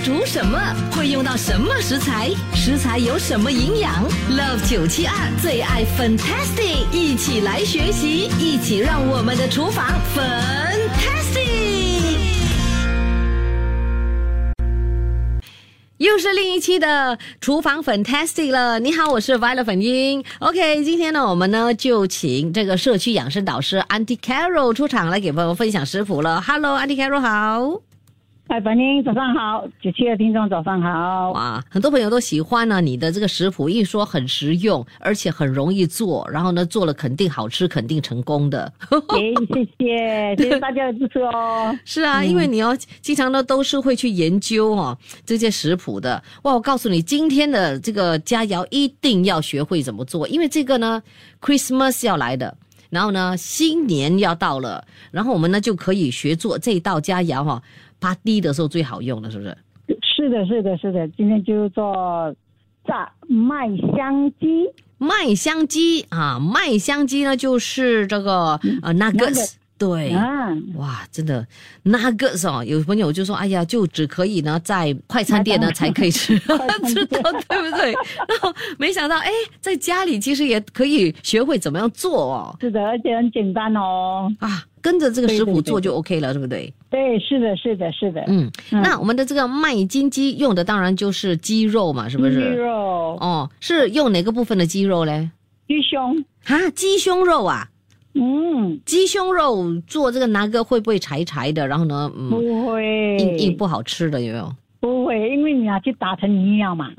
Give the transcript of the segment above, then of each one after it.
煮什么？会用到什么食材？食材有什么营养 ？Love 972最爱 Fantastic， 一起来学习，一起让我们的厨房 Fantastic。又是另一期的厨房 Fantastic 了。你好，我是 Violet 粉英。OK， 今天呢，我们呢就请这个社区养生导师 Auntie Carol 出场来给朋友分享食谱了。Hello， Auntie Carol 好。 嗨，粉英早上好，97的听众早上好。 哇，很多朋友都喜欢呢你的这个食谱，一说很实用，而且很容易做，然后呢做了肯定好吃，肯定成功的。 谢谢大家的支持哦。 是啊，因为你经常呢都是会去研究这些食谱的。哇，我告诉你，今天的这个佳肴一定要学会怎么做，因为这个呢 Christmas 要来的。然后呢，新年要到了，然后我们呢就可以学做这道佳肴party 的时候最好用的，是不是？ 是的，今天就做炸麦香鸡。 麦香鸡啊，麦香鸡呢就是这个nuggets。对，哇，真的 nuggets 有朋友就说，哎呀，就只可以呢在快餐店呢才可以吃，知道对不对？然后没想到，在家里其实也可以学会怎么样做是的，而且很简单跟着这个食谱做就 OK 了，对不对？ 对，是的。 那我们的这个麦金鸡用的当然就是鸡肉嘛，是不是？ 鸡肉是用哪个部分的鸡肉嘞？ 鸡胸鸡胸肉啊。鸡胸肉做这个拿个会不会柴柴的？然后呢， 不会硬不好吃的有没有？ 不会，因为你拿去打成泥药嘛。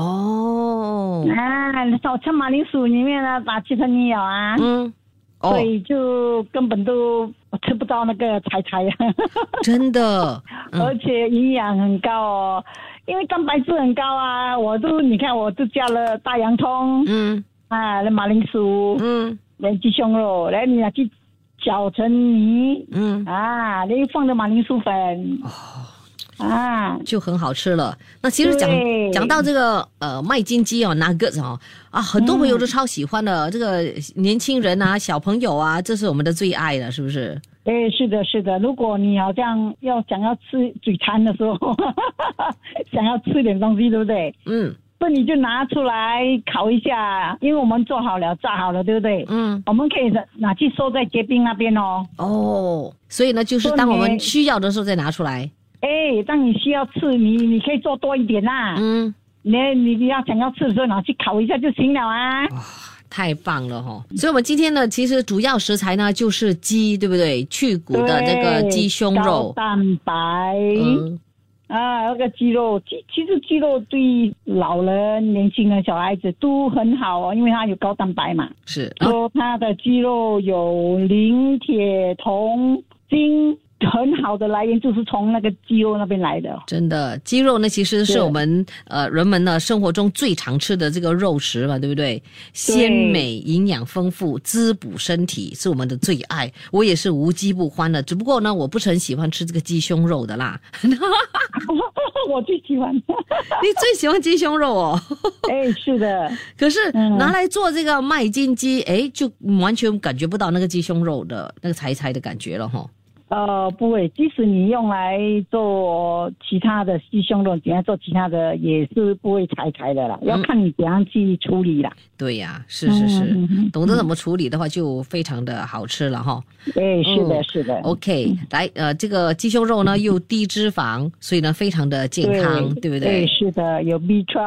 少吃马铃薯里面呢，把切成泥药啊。所以就根本都吃不到那个柴柴真的。 而且营养很高哦，因为蛋白质很高啊。你看我都加了大洋葱，马铃薯，鸡胸肉，来你拿去搅成泥，你放的马铃薯粉， 就很好吃了。那其实讲到这个麦金鸡nuggets 很多朋友都超喜欢的，这个年轻人啊，小朋友啊，这是我们的最爱了，是不是？ 是的。如果你好像想要吃嘴馋的时候，想要吃点东西，对不对？那你就拿出来烤一下，因为我们做好了炸好了，对不对？我们可以拿去收在结冰那边所以呢就是当我们需要的时候再拿出来。 当你需要吃，你可以做多一点你要想要吃的时候拿去烤一下就行了啊。 太棒了所以我们今天呢其实主要食材呢就是鸡，对不对？去骨的这个鸡胸肉， 高蛋白那个鸡肉，其实鸡肉对老人、年轻人、小孩子都很好因为它有高蛋白嘛。 是说它的鸡肉有磷、铁、铜、锌，很好的来源就是从那个鸡肉那边来的。 真的，鸡肉呢其实是我们人们呢生活中最常吃的这个肉食嘛，对不对？鲜美、营养丰富、滋补身体，是我们的最爱。我也是无鸡不欢的，只不过呢我不是很喜欢吃这个鸡胸肉的啦。 我最喜欢。 你最喜欢鸡胸肉是的。 可是拿来做这个麦金鸡就完全感觉不到那个鸡胸肉的那个柴柴的感觉了不会，即使你用来做其他的鸡胸肉，怎样做其他的也是不会柴柴的啦，要看你怎样去处理啦。 对呀，是，懂得怎么处理的话就非常的好吃了是的。 OK， 来这个鸡胸肉呢又低脂肪，所以呢非常的健康，对不对？ 是的，有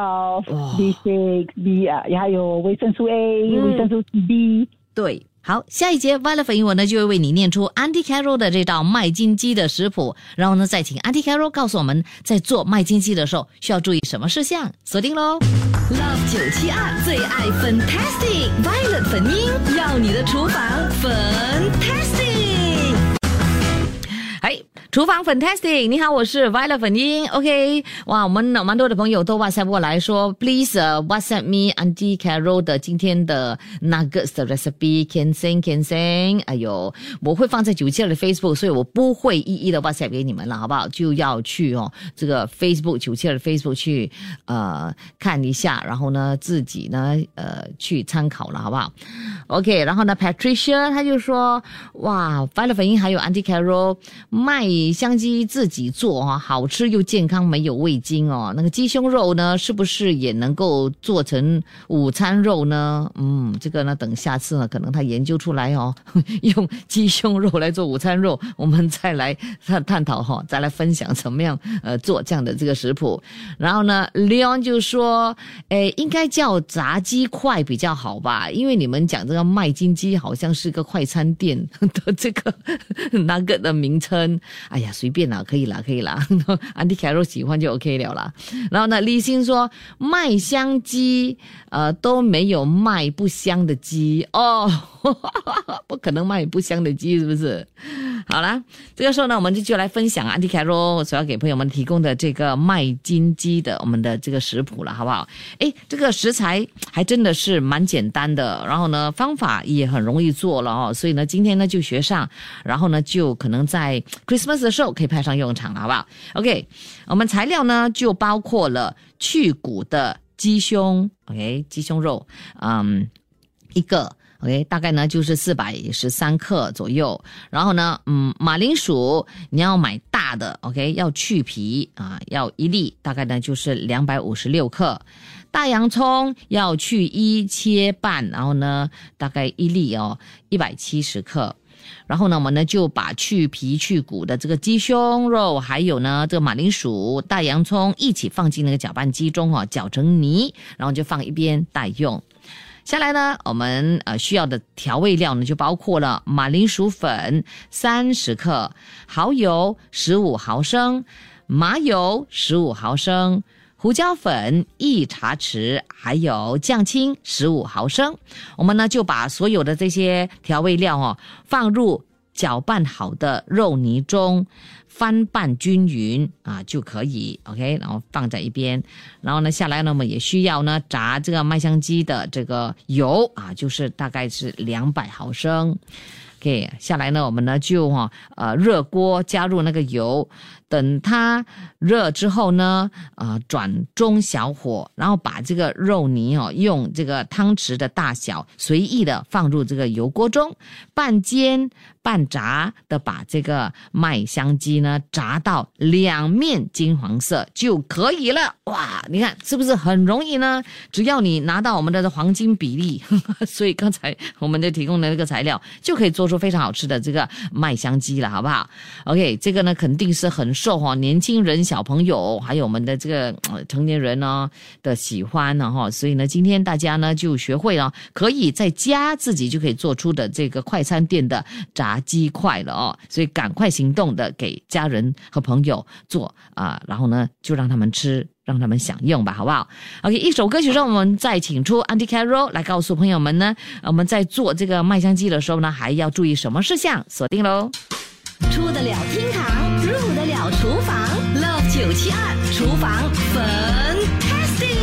B12、B6、B 还有维生素 A、维生素 B。 对。好，下一节 Violet 粉英文呢就会为你念出 Auntie Carol 的这道麦金鸡的食谱，然后呢再请 Auntie Carol 告诉我们在做麦金鸡的时候需要注意什么事项，锁定咯。Love 972最爱 Fantastic Violet 粉英，要你的厨房 Fantastic。厨房 Fantastic， 你好，我是 Violet 粉英。OK， 哇，我们蛮多的朋友都 WhatsApp 过来说 ，Please WhatsApp me Auntie Carol 的今天的 Nuggets 的 recipe，can sing。哎呦，我会放在97的 Facebook， 所以我不会一一的 WhatsApp 给你们了，好不好？就要去这个 Facebook 97的 Facebook 去看一下，然后呢自己呢去参考了，好不好 ？OK， 然后呢 Patricia 他就说，哇 ，Violet 粉英还有 Auntie Carol 麦香鸡自己做好吃又健康，没有味精哦。那个鸡胸肉呢，是不是也能够做成午餐肉呢？这个呢，等下次呢，可能他研究出来用鸡胸肉来做午餐肉，我们再来探讨再来分享怎么样做这样的这个食谱。然后呢 Leon 就说应该叫炸鸡块比较好吧，因为你们讲这个麦金鸡好像是个快餐店的这个那个的名称。哎呀，随便啦，可以啦Auntie Carol 喜欢就 OK 了啦。然后呢，李欣说麦香鸡都没有卖不香的鸡哦不可能卖不香的鸡，是不是？好啦，这个时候呢，我们就来分享Auntie Carol所要给朋友们提供的这个麦金鸡的我们的这个食谱了，好不好？这个食材还真的是蛮简单的，然后呢，方法也很容易做了所以呢，今天呢就学上，然后呢就可能在 Christmas 的时候可以派上用场了，好不好 ？OK， 我们材料呢就包括了去骨的鸡胸 ，OK， 鸡胸肉，一个。OK， 大概呢就是413克左右。然后呢，马铃薯你要买大的 ，OK， 要去皮要1粒，大概呢就是256克。大洋葱要去衣切半，然后呢大概1粒170克。然后呢，我们呢就把去皮去骨的这个鸡胸肉，还有呢这个马铃薯、大洋葱一起放进那个搅拌机中搅成泥，然后就放一边待用。下来呢，我们需要的调味料呢，就包括了马铃薯粉30克、蚝油15毫升、麻油15毫升、胡椒粉1茶匙，还有酱青15毫升。我们呢就把所有的这些调味料放入搅拌好的肉泥中，翻拌均匀就可以 OK， 然后放在一边。然后呢下来呢，我们也需要呢炸这个麦香鸡的这个油就是大概是200毫升。OK， 下来呢我们呢就热锅加入那个油，等它热之后呢转中小火，然后把这个肉泥用这个汤匙的大小随意的放入这个油锅中，半煎半炸的把这个麦香鸡呢炸到2面金黄色就可以了。哇，你看是不是很容易呢？只要你拿到我们的黄金比例所以刚才我们就提供的那个材料就可以做出非常好吃的这个麦香鸡了，好不好？ OK， 这个呢肯定是很受年轻人、小朋友还有我们的这个成年人呢的喜欢所以呢今天大家呢就学会了可以在家自己就可以做出的这个快餐店的炸鸡块了所以赶快行动的给家人和朋友做然后呢就让他们吃，让他们享用吧，好不好 ？OK， 一首歌曲让我们再请出 Auntie Carol 来告诉朋友们呢，我们在做这个麦香鸡的时候呢，还要注意什么事项？锁定喽！ 出得了厅堂，入得了厨房 ，Love 972厨房 Fantastic。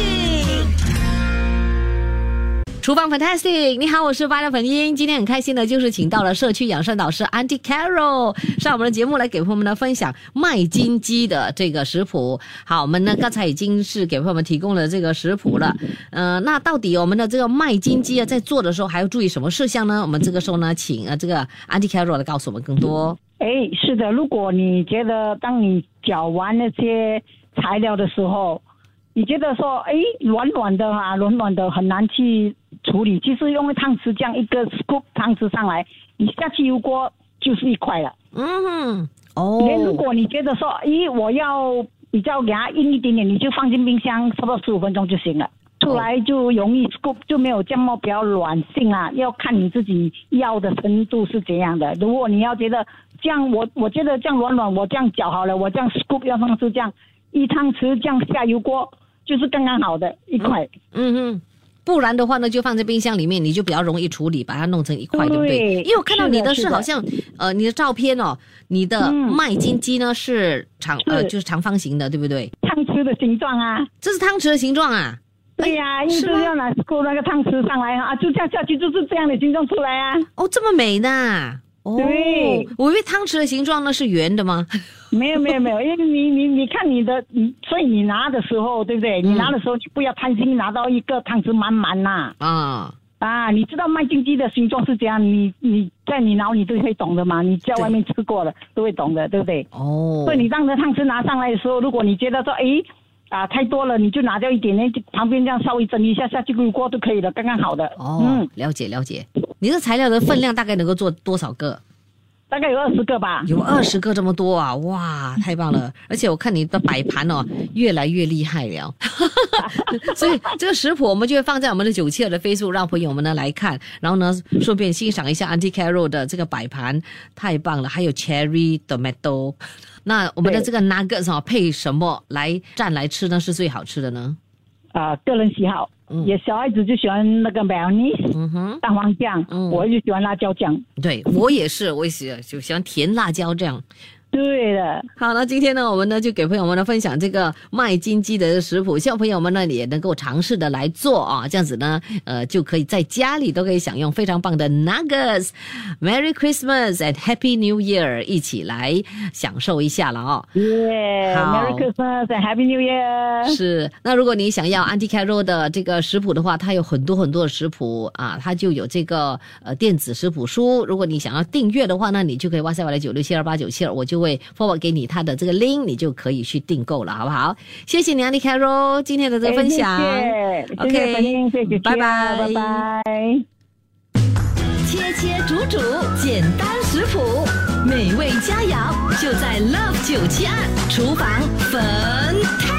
厨房 Fantastic， 你好，我是Violet粉英。今天很开心的就是请到了社区养生导师 Auntie Carol 上我们的节目来给朋友们呢分享麦金鸡的这个食谱。好，我们呢刚才已经是给朋友们提供了这个食谱了。那到底我们的这个麦金鸡在做的时候还要注意什么事项呢？我们这个时候呢请这个 Auntie Carol 来告诉我们更多。 是的，如果你觉得当你搅完那些材料的时候，你觉得说软软的软很难去处理，其实用汤匙这样一个 scoop 汤匙上来，你下去油锅就是1块了。如果你觉得说我要比较给它硬一点点，你就放进冰箱差不多15分钟就行了，出来就容易 scoop 就没有这么比较软性要看你自己要的程度是怎样的。如果你要觉得这样我觉得这样软软，我这样搅好了，我这样 scoop 要放出这样1汤匙这样下油锅就是刚刚好的1块。 不然的话呢，就放在冰箱里面，你就比较容易处理，把它弄成1块，对不对？因为我看到你的是好像你的照片你的麦金鸡呢是就是长方形的，对不对？ 汤匙的形状这是汤匙的形状啊？ 对呀，因为就要拿那个汤匙上来就这样下去，就是这样的形状出来这么美的。对，我以为汤匙的形状呢是圆的吗？ 没有，因为你看你的，所以你拿的时候，对不对？你拿的时候就不要贪心拿到一个汤匙满你知道麦金鸡的形状是这样，你在你脑里都会懂的嘛，你在外面吃过了都会懂的，对不对？ 哦， 所以你当着汤匙拿上来的时候，如果你觉得说太多了，你就拿掉一点点，旁边这样稍微蒸一下下去锅都可以了，刚刚好的。 了解。你这材料的分量大概能够做多少个？ 大概有20个吧。 有20个这么多啊！哇，太棒了！而且我看你的摆盘越来越厉害了。所以这个食谱我们就会放在我们的972的 Facebook， 让朋友们呢来看，然后呢顺便欣赏一下 Auntie Carol 的这个摆盘，太棒了！还有 Cherry Tomato。那我们的这个 Nuggets 配什么来蘸来吃呢？是最好吃的呢？ 个人喜好。也小孩子就喜欢那个 mayonnaise，蛋黄酱，我就喜欢辣椒酱。 对，我也就喜欢甜辣椒酱。 对的。 好，那今天呢，我们呢就给朋友们呢分享这个麦金鸡的食谱，希望朋友们呢也能够尝试的来做啊，这样子呢，就可以在家里都可以享用非常棒的 Nuggets。Merry Christmas and Happy New Year， 一起来享受一下了哦。 Merry Christmas and Happy New Year。 是，那如果你想要 Auntie Carol 的这个食谱的话，它有很多的食谱啊，它就有这个电子食谱书。如果你想要订阅的话呢，你就可以 WhatsApp 来96728972，我就会 forward 给你它的这个 link， 你就可以去订购了，好不好？谢谢你 Auntie Carol 今天的这个分享。 谢谢 OK， 谢谢， 拜拜， 拜拜。 切切煮煮，简单食谱，美味佳肴就在 Love 972厨房粉。